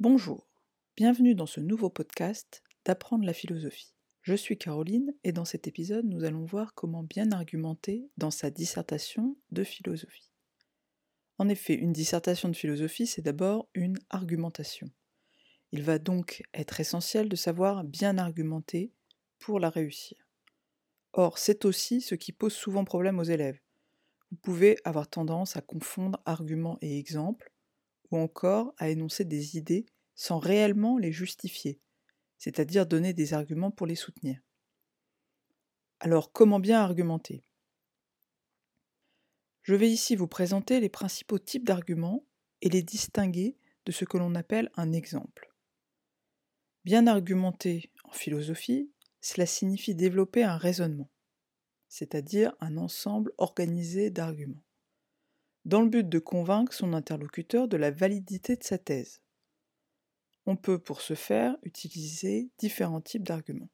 Bonjour, bienvenue dans ce nouveau podcast d'apprendre la philosophie. Je suis Caroline et dans cet épisode nous allons voir comment bien argumenter dans sa dissertation de philosophie. En effet, une dissertation de philosophie c'est d'abord une argumentation. Il va donc être essentiel de savoir bien argumenter pour la réussir. Or, c'est aussi ce qui pose souvent problème aux élèves. Vous pouvez avoir tendance à confondre argument et exemple, ou encore à énoncer des idées sans réellement les justifier, c'est-à-dire donner des arguments pour les soutenir. Alors, comment bien argumenter ? Je vais ici vous présenter les principaux types d'arguments et les distinguer de ce que l'on appelle un exemple. Bien argumenter en philosophie, cela signifie développer un raisonnement, c'est-à-dire un ensemble organisé d'arguments, dans le but de convaincre son interlocuteur de la validité de sa thèse. On peut pour ce faire utiliser différents types d'arguments.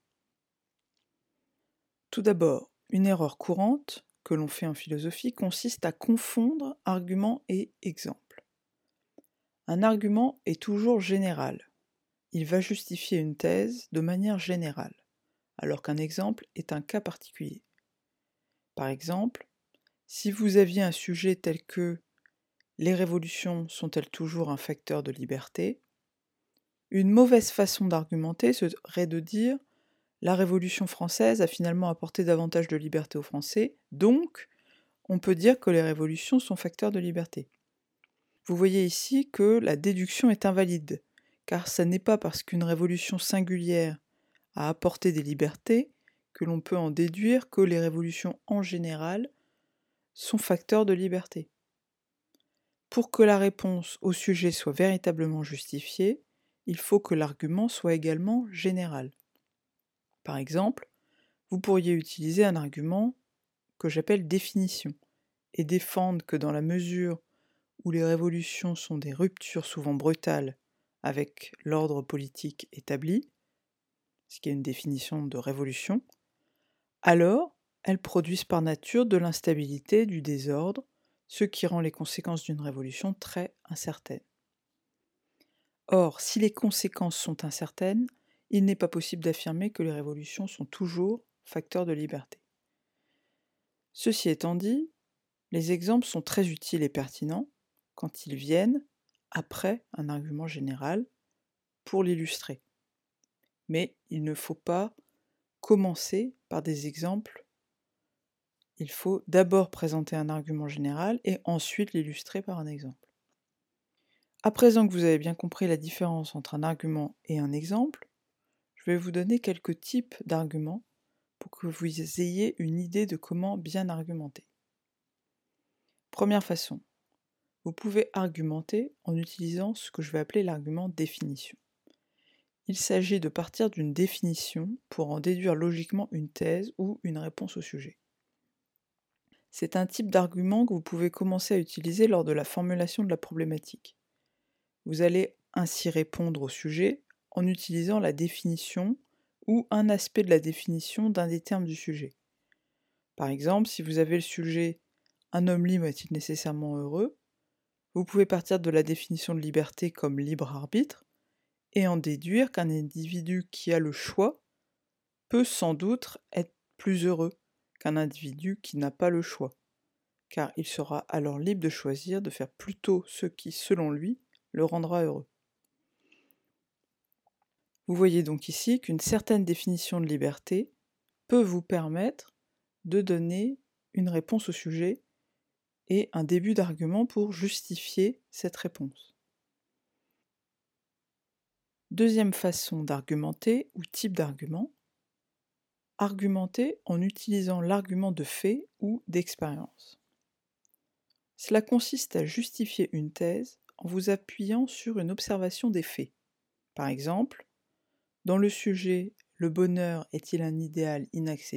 Tout d'abord, une erreur courante que l'on fait en philosophie consiste à confondre argument et exemple. Un argument est toujours général. Il va justifier une thèse de manière générale, alors qu'un exemple est un cas particulier. Par exemple, si vous aviez un sujet tel que « Les révolutions sont-elles toujours un facteur de liberté ?», une mauvaise façon d'argumenter serait de dire « La Révolution française a finalement apporté davantage de liberté aux Français, donc on peut dire que les révolutions sont facteurs de liberté ». Vous voyez ici que la déduction est invalide, car ce n'est pas parce qu'une révolution singulière a apporté des libertés que l'on peut en déduire que les révolutions en général sont facteurs de liberté. Pour que la réponse au sujet soit véritablement justifiée, il faut que l'argument soit également général. Par exemple, vous pourriez utiliser un argument que j'appelle définition, et défendre que dans la mesure où les révolutions sont des ruptures souvent brutales avec l'ordre politique établi, ce qui est une définition de révolution, alors elles produisent par nature de l'instabilité, du désordre, ce qui rend les conséquences d'une révolution très incertaines. Or, si les conséquences sont incertaines, il n'est pas possible d'affirmer que les révolutions sont toujours facteurs de liberté. Ceci étant dit, les exemples sont très utiles et pertinents quand ils viennent après un argument général pour l'illustrer. Mais il ne faut pas commencer par des exemples. Il faut d'abord présenter un argument général et ensuite l'illustrer par un exemple. À présent que vous avez bien compris la différence entre un argument et un exemple, je vais vous donner quelques types d'arguments pour que vous ayez une idée de comment bien argumenter. Première façon, vous pouvez argumenter en utilisant ce que je vais appeler l'argument définition. Il s'agit de partir d'une définition pour en déduire logiquement une thèse ou une réponse au sujet. C'est un type d'argument que vous pouvez commencer à utiliser lors de la formulation de la problématique. Vous allez ainsi répondre au sujet en utilisant la définition ou un aspect de la définition d'un des termes du sujet. Par exemple, si vous avez le sujet « Un homme libre est-il nécessairement heureux ?», vous pouvez partir de la définition de liberté comme libre arbitre et en déduire qu'un individu qui a le choix peut sans doute être plus heureux qu'un individu qui n'a pas le choix, car il sera alors libre de choisir de faire plutôt ce qui, selon lui, le rendra heureux. Vous voyez donc ici qu'une certaine définition de liberté peut vous permettre de donner une réponse au sujet et un début d'argument pour justifier cette réponse. Deuxième façon d'argumenter ou type d'argument, argumenter en utilisant l'argument de fait ou d'expérience. Cela consiste à justifier une thèse en vous appuyant sur une observation des faits. Par exemple, dans le sujet « Le bonheur est-il un idéal inaccessible ?»,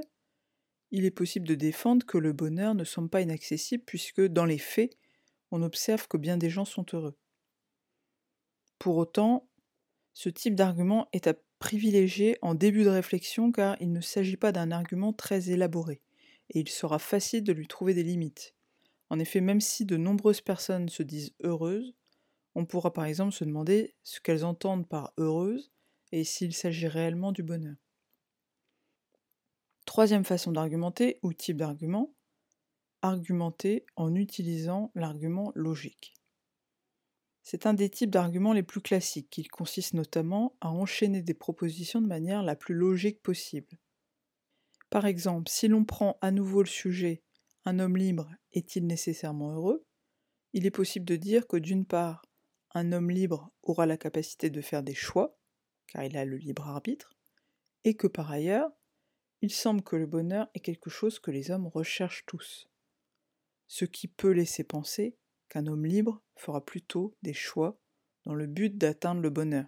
il est possible de défendre que le bonheur ne semble pas inaccessible puisque, dans les faits, on observe que bien des gens sont heureux. Pour autant, ce type d'argument est à privilégier en début de réflexion car il ne s'agit pas d'un argument très élaboré et il sera facile de lui trouver des limites. En effet, même si de nombreuses personnes se disent heureuses, On pourra par exemple se demander ce qu'elles entendent par heureuse et s'il s'agit réellement du bonheur. Troisième façon d'argumenter ou type d'argument, argumenter en utilisant l'argument logique. C'est un des types d'arguments les plus classiques, qui consiste notamment à enchaîner des propositions de manière la plus logique possible. Par exemple, si l'on prend à nouveau le sujet « Un homme libre est-il nécessairement heureux ?», il est possible de dire que d'une part, un homme libre aura la capacité de faire des choix, car il a le libre arbitre, et que par ailleurs, il semble que le bonheur est quelque chose que les hommes recherchent tous. Ce qui peut laisser penser qu'un homme libre fera plutôt des choix dans le but d'atteindre le bonheur.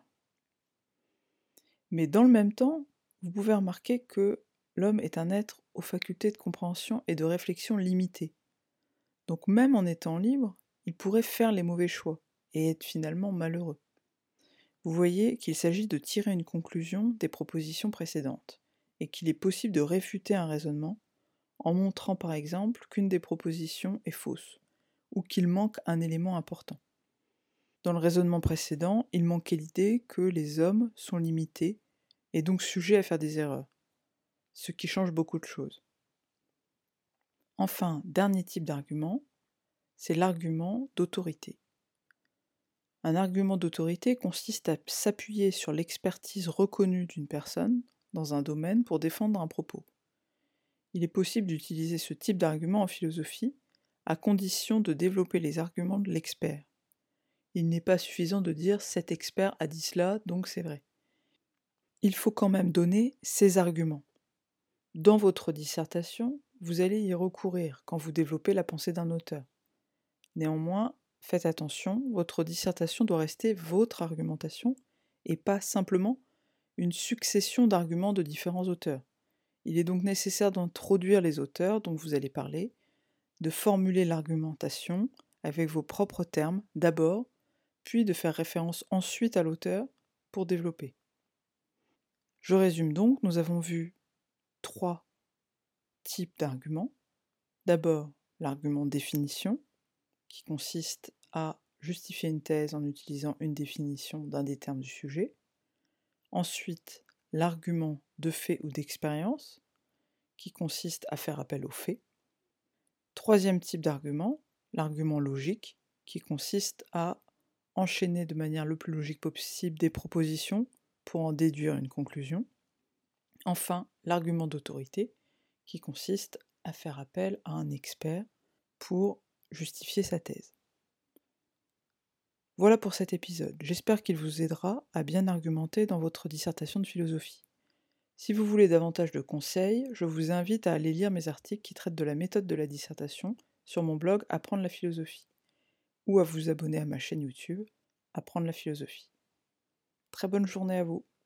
Mais dans le même temps, vous pouvez remarquer que l'homme est un être aux facultés de compréhension et de réflexion limitées. Donc même en étant libre, il pourrait faire les mauvais choix et être finalement malheureux. Vous voyez qu'il s'agit de tirer une conclusion des propositions précédentes, et qu'il est possible de réfuter un raisonnement en montrant par exemple qu'une des propositions est fausse, ou qu'il manque un élément important. Dans le raisonnement précédent, il manquait l'idée que les hommes sont limités et donc sujets à faire des erreurs, ce qui change beaucoup de choses. Enfin, dernier type d'argument, c'est l'argument d'autorité. Un argument d'autorité consiste à s'appuyer sur l'expertise reconnue d'une personne dans un domaine pour défendre un propos. Il est possible d'utiliser ce type d'argument en philosophie à condition de développer les arguments de l'expert. Il n'est pas suffisant de dire « cet expert a dit cela, donc c'est vrai ». Il faut quand même donner ses arguments. Dans votre dissertation, vous allez y recourir quand vous développez la pensée d'un auteur. Néanmoins, faites attention, votre dissertation doit rester votre argumentation et pas simplement une succession d'arguments de différents auteurs. Il est donc nécessaire d'introduire les auteurs dont vous allez parler, de formuler l'argumentation avec vos propres termes d'abord, puis de faire référence ensuite à l'auteur pour développer. Je résume donc, nous avons vu 3 types d'arguments. D'abord, l'argument définition, qui consiste à justifier une thèse en utilisant une définition d'un des termes du sujet. Ensuite, l'argument de fait ou d'expérience, qui consiste à faire appel aux faits. Troisième type d'argument, l'argument logique, qui consiste à enchaîner de manière le plus logique possible des propositions pour en déduire une conclusion. Enfin, l'argument d'autorité, qui consiste à faire appel à un expert pour justifier sa thèse. Voilà pour cet épisode. J'espère qu'il vous aidera à bien argumenter dans votre dissertation de philosophie. Si vous voulez davantage de conseils, je vous invite à aller lire mes articles qui traitent de la méthode de la dissertation sur mon blog Apprendre la philosophie, ou à vous abonner à ma chaîne YouTube Apprendre la philosophie. Très bonne journée à vous.